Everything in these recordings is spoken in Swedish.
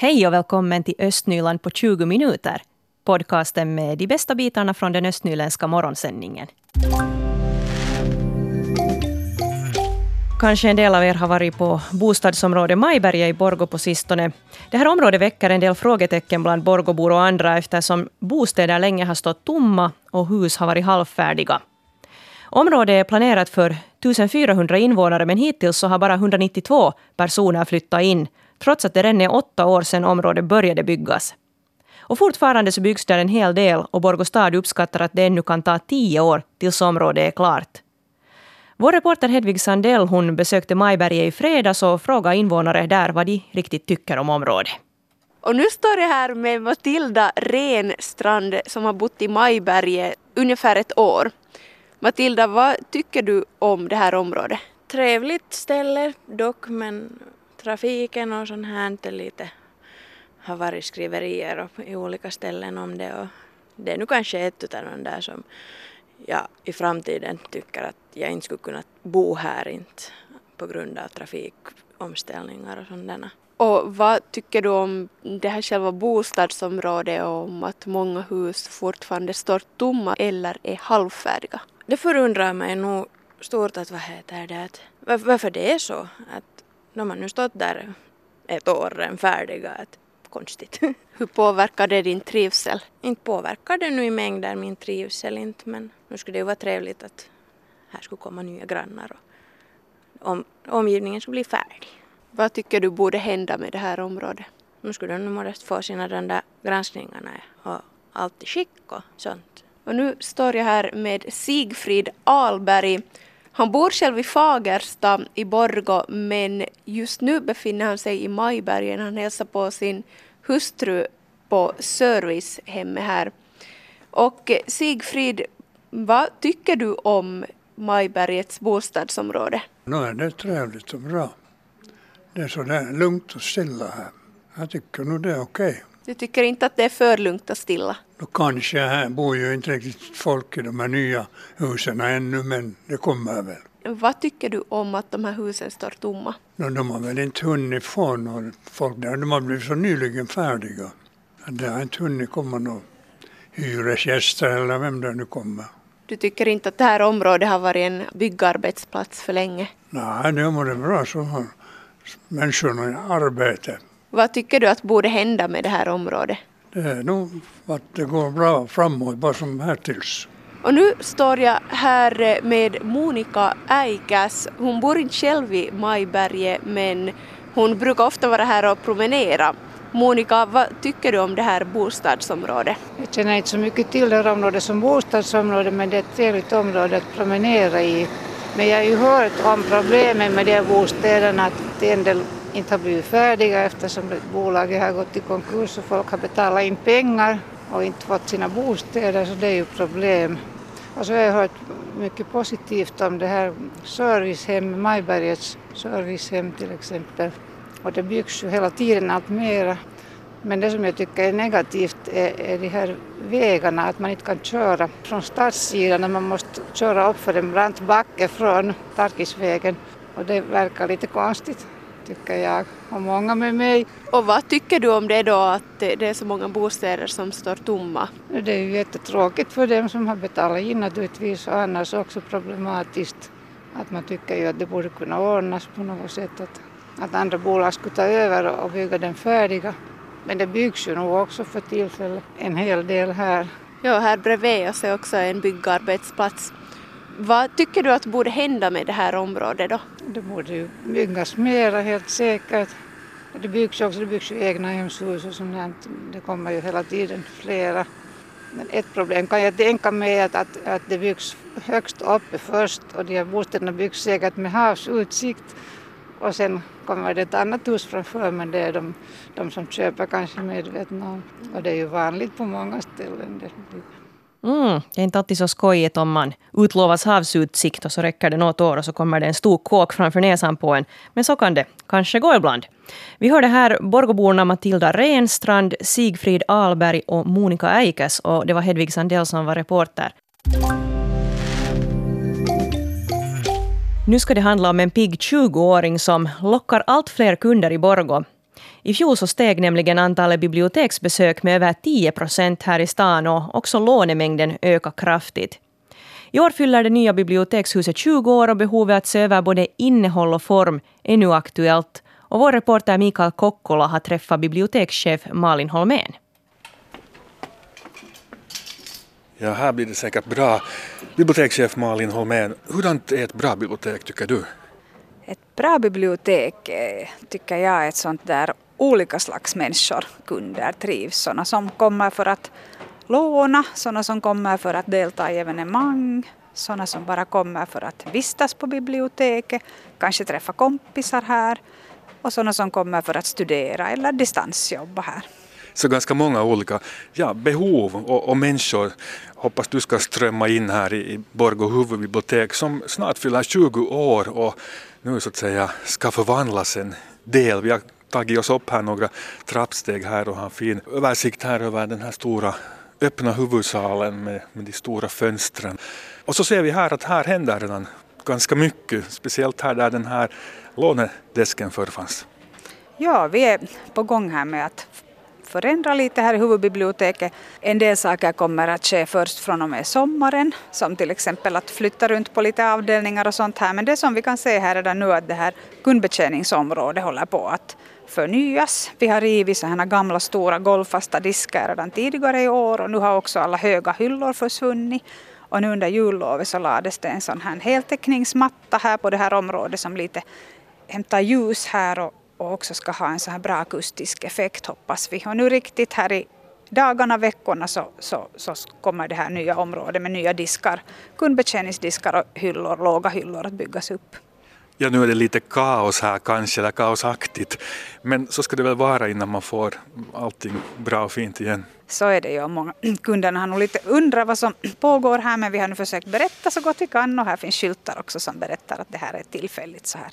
Hej och välkommen till Östnyland på 20 minuter. Podcasten med de bästa bitarna från den östnyländska morgonsändningen. Kanske en del av er har varit på bostadsområdet Majberget i Borgå på sistone. Det här området väcker en del frågetecken bland Borgåbor och andra eftersom bostäder länge har stått tomma och hus har varit halvfärdiga. Området är planerat för 1400 invånare men hittills så har bara 192 personer flyttat in trots att det redan är 8 år sedan området började byggas. Och fortfarande så byggs där en hel del och Borgå stad uppskattar att det ännu kan ta 10 år tills området är klart. Vår reporter Hedvig Sandell hon besökte Majberget i fredags och frågade invånare där vad de riktigt tycker om området. Och nu står jag här med Matilda Renstrand som har bott i Majberget ungefär 1 år. Matilda, vad tycker du om det här området? Trevligt ställe dock, men trafiken och sånt här inte lite har varit skriverier i olika ställen om det. Och det är nu kanske ett av de där som jag i framtiden tycker att jag inte skulle kunna bo här inte på grund av trafikomställningar och sådana. Och vad tycker du om det här själva bostadsområdet och om att många hus fortfarande står tomma eller är halvfärdiga? Det förundrar mig nog stort att varför det är så. Att de har nu stått där 1 år än färdiga. Att, konstigt. Hur påverkar det din trivsel? Inte påverkar det nu i mängder min trivsel inte, men nu skulle det ju vara trevligt att här skulle komma nya grannar och omgivningen skulle bli färdig. Vad tycker du borde hända med det här området? Nu skulle de måste få sina den där granskningarna och allt i skick och sånt. Och nu står jag här med Sigfrid Ahlberg. Han bor själv i Fagersta i Borgå men just nu befinner han sig i Majberget. Han hälsar på sin hustru på servicehemmet här. Och Sigfrid, vad tycker du om Majbergets bostadsområde? Nu är det trevligt och bra. Det är så där lugnt och stilla här. Jag tycker nog det är okej. Du tycker inte att det är för lugnt och stilla? Då kanske här bor ju inte riktigt folk i de här nya husen ännu, men det kommer väl. Vad tycker du om att de här husen står tomma? De har väl inte hunnit få några folk där. De har blivit så nyligen färdiga. Det har inte hunnit komma några hyresgäster eller vem det nu kommer. Du tycker inte att det här området har varit en byggarbetsplats för länge? Nej, det var det bra så har människorna arbete. Vad tycker du att borde hända med det här området? Det är nog att det går bra framåt, bara som här tills. Och nu står jag här med Monika Äikäs. Hon bor inte själv i Majberget men hon brukar ofta vara här och promenera. Monika, vad tycker du om det här bostadsområdet? Jag känner inte så mycket till det här området som bostadsområde, men det är ett trevligt område att promenera i. Men jag har ju hört om problemen med de här bostäderna, att en del inte har blivit färdiga eftersom bolaget har gått i konkurs och folk har betalat in pengar och inte fått sina bostäder, så det är ju problem. Och så har jag hört mycket positivt om det här servicehem, Majbergets servicehem till exempel. Och det byggs ju hela tiden allt mera. Men det som jag tycker är negativt är de här vägarna, att man inte kan köra från stadssidan när man måste köra upp för en brant backe från Tarkisvägen. Och det verkar lite konstigt, tycker jag och många med mig. Och vad tycker du om det då, att det är så många bostäder som står tomma? Det är ju jättetråkigt för dem som har betalat in naturligtvis, och annars också problematiskt att man tycker ju att det borde kunna ordnas på något sätt, att andra bolag skulle ta över och bygga den färdiga. Men det byggs ju nog också för tillfället en hel del här. Ja, här bredvid oss är också en byggarbetsplats. Vad tycker du att borde hända med det här området då? Det borde ju byggas mera, helt säkert. Det byggs ju egna hemshus och sånt här. Det kommer ju hela tiden flera. Men ett problem kan jag tänka mig att det byggs högst uppe först, och de här bostäderna byggs säkert med havsutsikt. Och sen kommer det ett annat hus framför, men det är de som köper kanske medvetna om. Och det är ju vanligt på många ställen. Det är inte alltid så skojigt om man utlovas havsutsikt och så räcker det något år och så kommer det en stor kåk framför näsan på en. Men så kan det kanske gå ibland. Vi hörde här Borgåborna Matilda Renstrand, Sigfrid Ahlberg och Monika Äikäs, och det var Hedvig Sandell som var reporter. Nu ska det handla om en pigg 20-åring som lockar allt fler kunder i Borgå. I fjol så steg nämligen antalet biblioteksbesök med över 10% här i stan och också lånemängden ökar kraftigt. I år fyller det nya bibliotekshuset 20 år och behovet att se över både innehåll och form är nu aktuellt. Och vår reporter Mikael Kokkola har träffat bibliotekschef Malin Holmén. Ja, här blir det säkert bra. Bibliotekschef Malin Holmén, hurdant är ett bra bibliotek tycker du? Ett bra bibliotek tycker jag är ett sånt där olika slags människor, kunder, trivs. Sådana som kommer för att låna, sådana som kommer för att delta i evenemang, sådana som bara kommer för att vistas på biblioteket, kanske träffa kompisar här och sådana som kommer för att studera eller distansjobba här. Så ganska många olika behov och människor hoppas du ska strömma in här i Borgå huvudbibliotek som snart fyller 20 år och nu så att säga ska förvandlas en del. Vi har tagit oss upp här några trappsteg här och har fin översikt här över den här stora öppna huvudsalen med de stora fönstren. Och så ser vi här att här händer redan ganska mycket, speciellt här där den här lånedesken förfanns. Ja, vi är på gång här med att förändra lite här i huvudbiblioteket. En del saker kommer att ske först från och med sommaren, som till exempel att flytta runt på lite avdelningar och sånt här. Men det som vi kan se här redan nu att det här kundbetjäningsområdet håller på att förnyas. Vi har rivit så här gamla stora golvfasta diskar redan tidigare i år och nu har också alla höga hyllor försvunnit. Och nu under jullovet så lades det en sån här heltäckningsmatta här på det här området som lite hämtar ljus här och också ska ha en så här bra akustisk effekt hoppas vi. Och nu riktigt här i dagarna, veckorna så kommer det här nya området med nya diskar, kundbetjäningsdiskar och hyllor, låga hyllor att byggas upp. Ja, nu är det lite kaos här kanske, eller kaosaktigt, men så ska det väl vara innan man får allting bra och fint igen. Så är det ju. Många kunderna har nog lite undrat vad som pågår här, men vi har nu försökt berätta så gott vi kan och här finns skyltar också som berättar att det här är tillfälligt så här.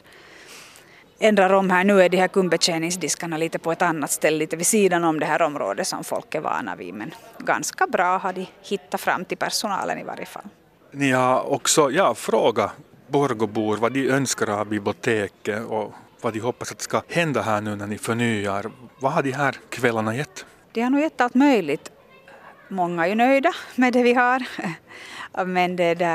Ändrar om här, nu är de här kundbetjäningsdiskarna lite på ett annat ställe, lite vid sidan om det här området som folk är vana vid, men ganska bra har de hittat fram till personalen i varje fall. Ni har också frågat Borgåbor vad de önskar av biblioteket och vad de hoppas att ska hända här nu när ni förnyar. Vad har de här kvällarna gett? De har nog gett allt möjligt. Många är nöjda med det vi har, men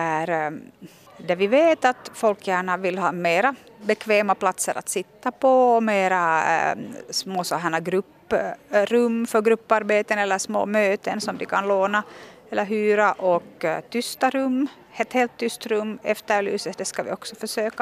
det vi vet att folk gärna vill ha mera bekväma platser att sitta på, mera små sådana grupprum för grupparbeten eller små möten som de kan låna eller hyra och tysta rum, ett helt tyst rum efterlyses, det ska vi också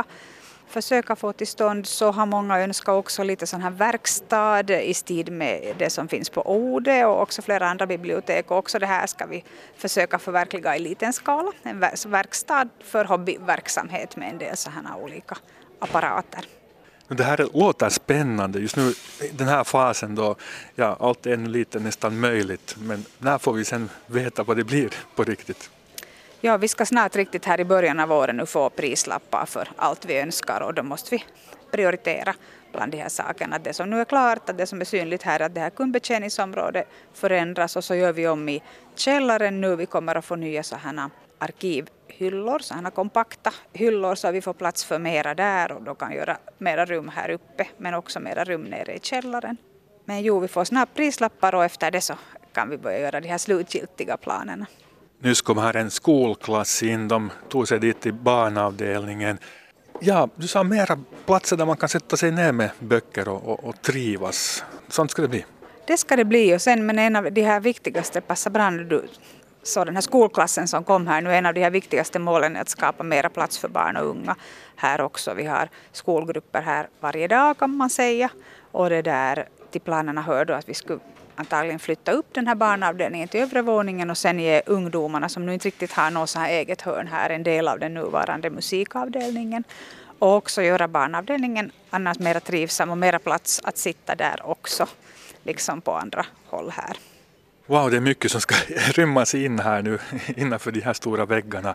försöka få till stånd. Så har många önskat också lite sån här verkstad i stil med det som finns på Ode och också flera andra bibliotek. Och också det här ska vi försöka förverkliga i liten skala. En verkstad för hobbyverksamhet med en del sådana olika apparater. Det här låter spännande. Just nu den här fasen då, allt är ännu lite nästan möjligt. Men när får vi sen veta vad det blir på riktigt? Ja, vi ska snart riktigt här i början av året nu få prislappar för allt vi önskar och då måste vi prioritera bland de här sakerna. Det som nu är klart, att det som är synligt här, att det här kundbetjäningsområdet förändras och så gör vi om i källaren nu. Vi kommer att få nya sådana arkivhyllor, sådana kompakta hyllor så att vi får plats för mera där och då kan göra mera rum här uppe men också mera rum nere i källaren. Men vi får snabbt prislappar och efter det så kan vi börja göra de här slutgiltiga planerna. Nyss kom här en skolklass in, de tog sig dit till barnavdelningen. Ja, du sa mera platser där man kan sätta sig ner med böcker och trivas. Sånt ska det bli. Det ska det bli och sen men en av de här viktigaste passar bra när du så den här skolklassen som kom här nu, en av de här viktigaste målen är att skapa mera plats för barn och unga här också. Vi har skolgrupper här varje dag kan man säga och det där till planerna hör då att vi skulle antagligen flytta upp den här barnavdelningen till övre våningen och sen ge ungdomarna som nu inte riktigt har något så här eget hörn här en del av den nuvarande musikavdelningen och också göra barnavdelningen annars mera trivsam och mera plats att sitta där också liksom på andra håll här. Wow, det är mycket som ska rymmas in här nu innanför de här stora väggarna.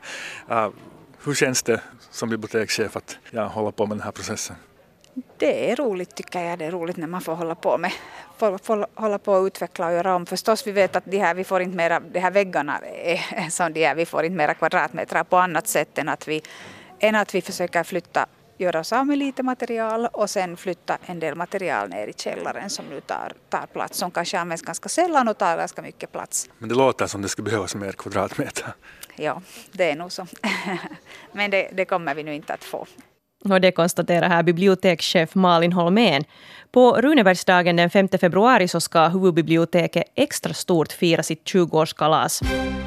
Hur känns det som bibliotekschef att hålla på med den här processen? Det är roligt tycker jag. Det är roligt när man får hålla på och utveckla och göra om. Förstås vi vet att vi får inte mera, de här väggarna är som de är. Vi får inte mera kvadratmeter på annat sätt än att vi försöker flytta göra sig av med lite material och sen flytta en del material ner i källaren som nu tar plats, som kanske används ganska sällan och tar ganska mycket plats. Men det låter som det skulle behövas mer kvadratmeter. Ja, det är nog så. Men det kommer vi nu inte att få. Och det konstaterar här bibliotekschef Malin Holmén. På Runebergsdagen den 5 februari så ska huvudbiblioteket extra stort fira sitt 20-årskalas.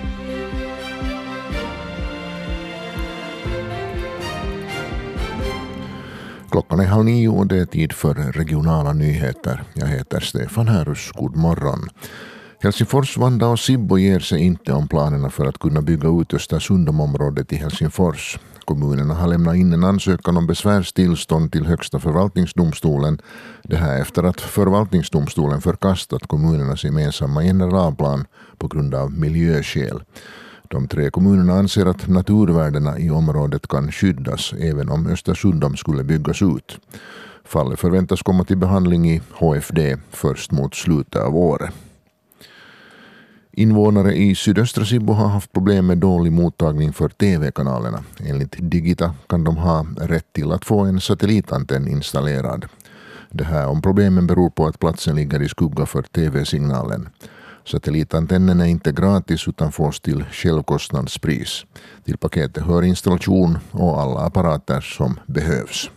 Klockan är 8:30 och det är tid för regionala nyheter. Jag heter Stefan Härus. God morgon. Helsingfors, Vanda och Sibbo ger sig inte om planerna för att kunna bygga ut Östersundområdet i Helsingfors. Kommunerna har lämnat in en ansökan om besvärstillstånd till Högsta förvaltningsdomstolen. Det här efter att förvaltningsdomstolen förkastat kommunernas gemensamma generalplan på grund av miljöskäl. De 3 kommunerna anser att naturvärdena i området kan skyddas även om Östersundom skulle byggas ut. Fallet förväntas komma till behandling i HFD först mot slutet av året. Invånare i sydöstra Sibbo har haft problem med dålig mottagning för TV-kanalerna. Enligt Digita kan de ha rätt till att få en satellitantenn installerad. Det här om problemen beror på att platsen ligger i skugga för TV-signalen. Satellitantennen är inte gratis utan fås till självkostnadspris. Till paketet hör installation och alla apparater som behövs.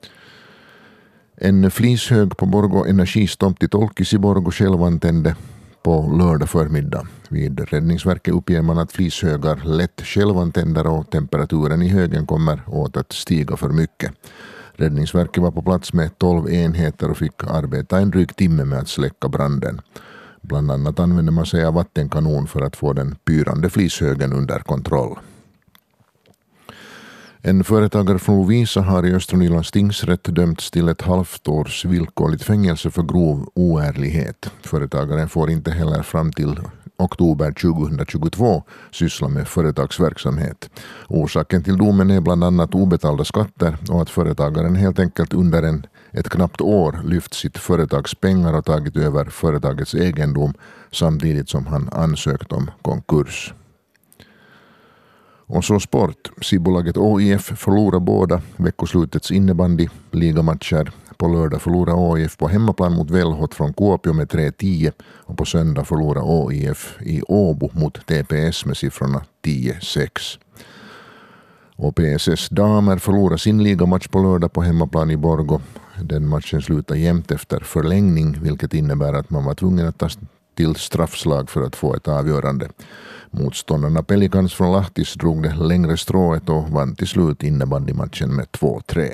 En flishög på Borgå energistomt i Tolkis i Borgå självantände på lördag förmiddag. Vid Räddningsverket uppger man att flishögar lätt självantänder och temperaturen i högen kommer åt att stiga för mycket. Räddningsverket var på plats med 12 enheter och fick arbeta en dryg timme med att släcka branden. Bland annat använder man sig av vattenkanon för att få den pyrande flishögen under kontroll. En företagare från Lovisa har i Östra Nylands tingsrätt dömts till 1,5 års villkorligt fängelse för grov oärlighet. Företagaren får inte heller fram till oktober 2022 syssla med företagsverksamhet. Orsaken till domen är bland annat obetalda skatter och att företagaren helt enkelt under ett knappt år lyft sitt företags pengar och tagit över företagets egendom samtidigt som han ansökt om konkurs. Och så sport. Sibbolaget ÅIF förlorar båda veckoslutets innebandy-ligamatcher. På lördag förlorar ÅIF på hemmaplan mot Velhot från Kuopio med 3-10 och på söndag förlorar ÅIF i Åbo mot TPS med siffrorna 10-6. Och PSS damer förlorar sin ligamatch på lördag på hemmaplan i Borgå. Den matchen slutar jämnt efter förlängning, vilket innebär att man var tvungen att ta till straffslag för att få ett avgörande. Motståndarna Pelicans från Lahtis drog det längre strået och vann till slut innebandymatchen med 2-3.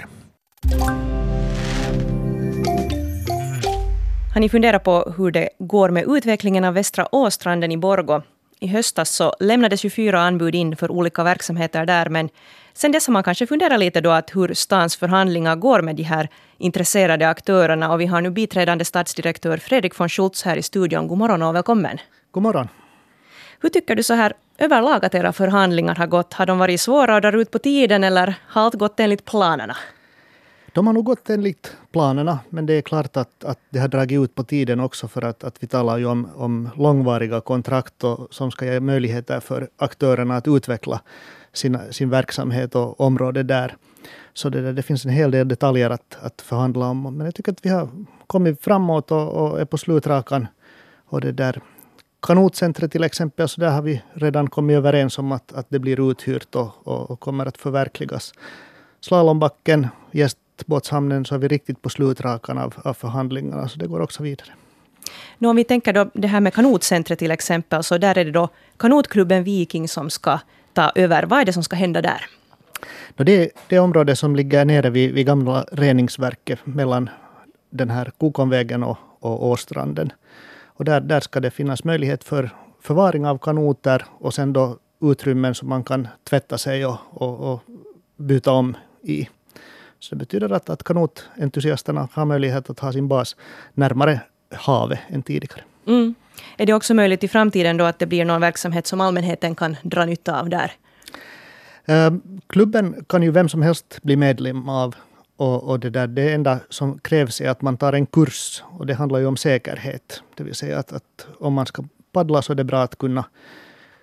Har ni funderat på hur det går med utvecklingen av Västra Åstranden i Borgå? I höstas så lämnades 24 anbud in för olika verksamheter där, men sen dess har man kanske funderat lite då att hur stans förhandlingar går med de här intresserade aktörerna, och vi har nu biträdande stadsdirektör Fredrik von Schultz här i studion. God morgon och välkommen. God morgon. Hur tycker du så här överlag att era förhandlingar har gått? Har de varit svåra att dra ut på tiden eller har allt gått enligt planerna? De har nog gått enligt planerna, men det är klart att det har dragit ut på tiden också för att vi talar ju om långvariga kontrakt som ska ge möjligheter för aktörerna att utveckla sin verksamhet och område där. Så det finns en hel del detaljer att förhandla om. Men jag tycker att vi har kommit framåt och är på slutrakan. Och det där kanotcentret till exempel, så där har vi redan kommit överens om att det blir uthyrt och kommer att förverkligas. Slalombacken, gästbåtshamnen, så är vi riktigt på slutrakan av förhandlingarna, så det går också vidare. Nu om vi tänker då det här med kanotcentret till exempel, så där är det då kanotklubben Viking som ska ta över. Vad är det som ska hända där? Det är området som ligger nere vid gamla reningsverket mellan den här Kokonvägen och Åstranden. Och där ska det finnas möjlighet för förvaring av kanoter och sen då utrymmen som man kan tvätta sig och byta om i. Så det betyder att kanotentusiasterna har möjlighet att ha sin bas närmare havet än tidigare. Mm. Är det också möjligt i framtiden då att det blir någon verksamhet som allmänheten kan dra nytta av där? Klubben kan ju vem som helst bli medlem av. Och det enda som krävs är att man tar en kurs, och det handlar ju om säkerhet. Det vill säga att om man ska paddla så är det bra att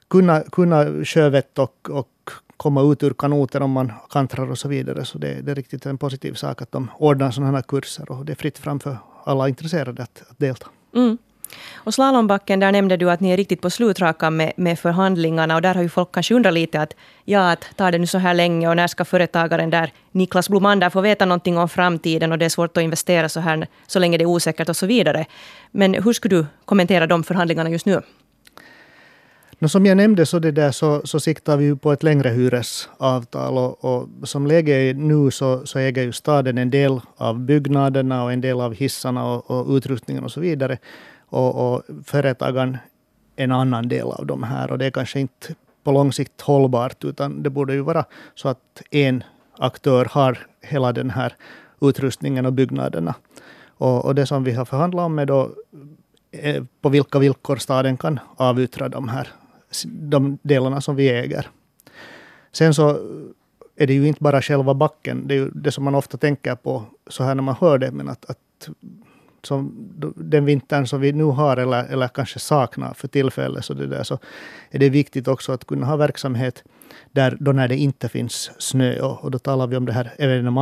kunna sjövett och komma ut ur kanoten om man kantrar och så vidare. Så det är riktigt en positiv sak att de ordnar sådana här kurser och det är fritt fram för alla intresserade att delta. Mm. Och slalombacken, där nämnde du att ni är riktigt på slutrakan med förhandlingarna och där har ju folk kanske undrat lite att tar det nu så här länge och när ska företagaren där Niklas Blomander få veta någonting om framtiden och det är svårt att investera så här så länge det är osäkert och så vidare. Men hur skulle du kommentera de förhandlingarna just nu? Som jag nämnde så siktar vi på ett längre hyresavtal och som läge är nu så äger ju staden en del av byggnaderna och en del av hissarna och utrustningen och så vidare. Och företagaren en annan del av de här och det är kanske inte på lång sikt hållbart utan det borde ju vara så att en aktör har hela den här utrustningen och byggnaderna. Och det som vi har förhandlat om är då på vilka villkor staden kan avyttra de delarna som vi äger. Sen så är det ju inte bara själva backen, det är ju det som man ofta tänker på så här när man hör det, men att som den vintern som vi nu har eller kanske saknar för tillfället så är det viktigt också att kunna ha verksamhet där då när det inte finns snö och då talar vi om det här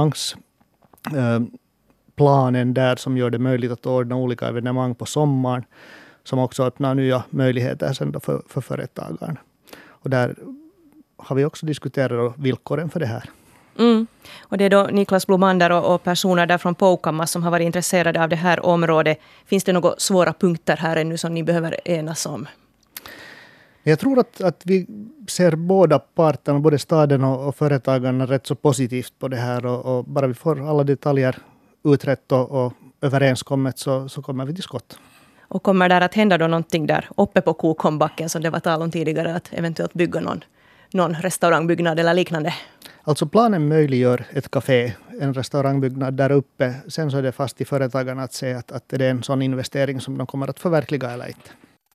evenemangsplanen där som gör det möjligt att ordna olika evenemang på sommaren som också öppnar nya möjligheter sen då för företagaren. Och där har vi också diskuterat villkoren för det här. Mm. Och det är då Niklas Blomander och personer där från Poukamma som har varit intresserade av det här området. Finns det några svåra punkter här ännu som ni behöver enas om? Jag tror att vi ser båda parterna, både staden och företagarna rätt så positivt på det här och bara vi får alla detaljer utrett och överenskommet så kommer vi till skott. Och kommer där att hända då någonting där uppe på Kokombacken som det var tal om tidigare att eventuellt bygga någon restaurangbyggnad eller liknande? Alltså planen möjliggör ett café, en restaurangbyggnad där uppe. Sen så är det fast i företagarna att se att det är en sån investering som de kommer att förverkliga eller inte.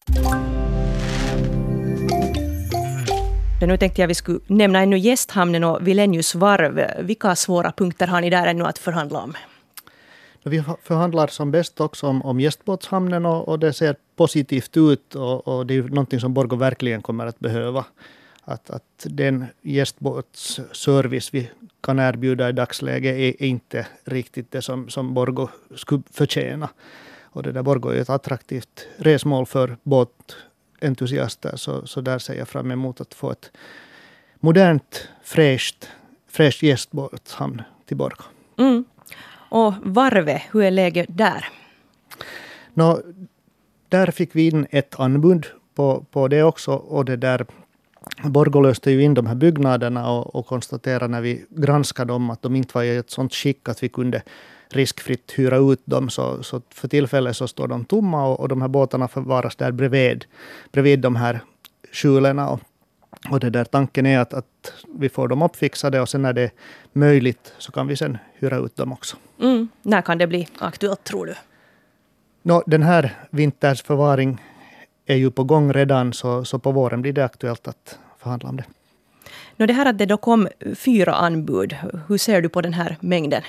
Nu tänkte jag vi skulle nämna ännu Gästhamnen och Vilenius varv. Vilka svåra punkter har ni där ännu att förhandla om? Vi förhandlar som bäst också om gästbåtshamnen och det ser positivt ut och det är någonting som Borgå verkligen kommer att behöva. Att den gästbåtsservice vi kan erbjuda i dagsläget är inte riktigt det som Borgå skulle förtjäna. Och det där Borgå är ett attraktivt resmål för båtentusiaster så där ser jag fram emot att få ett modernt, fräscht gästbåtshamn till Borgå. Mm. Och varvet, hur är läget där? Där fick vi in ett anbud på det också och det där Borgå löste ju in de här byggnaderna och konstaterade när vi granskade dem att de inte var i ett sånt skick att vi kunde riskfritt hyra ut dem. Så för tillfället så står de tomma och de här båtarna förvaras där bredvid de här skjulerna. Och det där tanken är att vi får dem uppfixade och sen när det är möjligt så kan vi sen hyra ut dem också. Mm. När kan det bli aktuellt tror du? Den här vinters förvaring är ju på gång redan så på våren blir det aktuellt att förhandla om det. Det här att det då kom 4 anbud, hur ser du på den här mängden?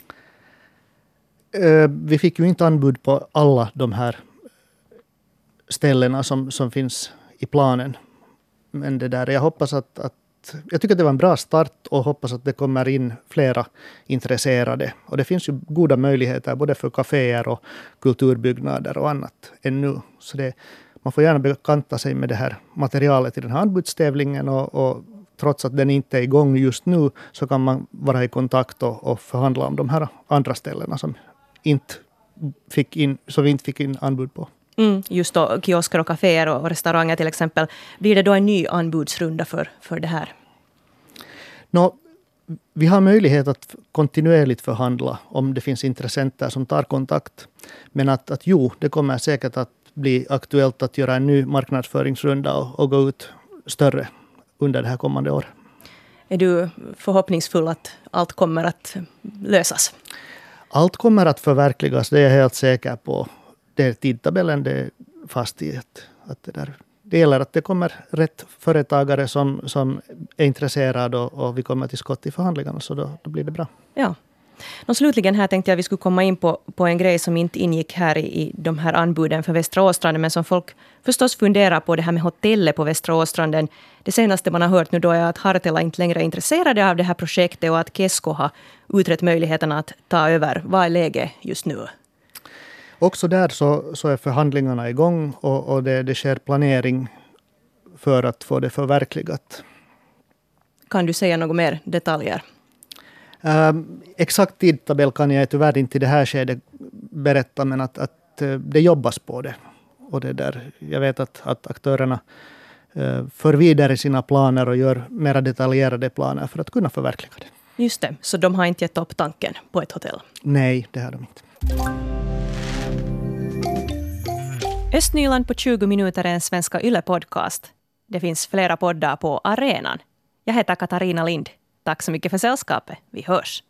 Vi fick ju inte anbud på alla de här ställena som finns i planen. Men det där, jag hoppas att jag tycker att det var en bra start och hoppas att det kommer in flera intresserade. Och det finns ju goda möjligheter både för kaféer och kulturbyggnader och annat ännu. Så man får gärna bekanta sig med det här materialet i den här anbudstävlingen och trots att den inte är igång just nu så kan man vara i kontakt och förhandla om de här andra ställena som vi inte fick in anbud på. Just då kiosker och kaféer och restauranger till exempel. Blir det då en ny anbudsrunda för det här? Vi har möjlighet att kontinuerligt förhandla om det finns intressenter som tar kontakt. Men att det kommer säkert att bli aktuellt att göra en ny marknadsföringsrunda och gå ut större under det här kommande året. Är du förhoppningsfull att allt kommer att lösas? Allt kommer att förverkligas, det är jag helt säker på. Det är tidtabellen, det är fast i att det gäller att det kommer rätt företagare som är intresserade och vi kommer till skott i förhandlingarna så då blir det bra. Ja. Slutligen här tänkte jag att vi skulle komma in på en grej som inte ingick här i de här anbuden för Västra Åstranden, men som folk förstås funderar på, det här med hotellet på Västra Åstranden. Det senaste man har hört nu då är att Hartela inte längre är intresserade av det här projektet och att Kesko har utrett möjligheten att ta över. Vad är läget just nu? Också där så är förhandlingarna igång och det sker planering för att få det förverkligat. Kan du säga något mer detaljer? Exakt tidtabell kan jag tyvärr inte i det här skedet berätta, men att det jobbas på det. Och det där, jag vet att aktörerna för vidare sina planer och gör mer detaljerade planer för att kunna förverkliga det. Just det, så de har inte gett upp tanken på ett hotell? Nej, det har de inte. Östnyland på 20 minuter är en Svenska Yle-podcast. Det finns flera poddar på arenan. Jag heter Katarina Lind. Tack så mycket för sällskapet. Vi hörs.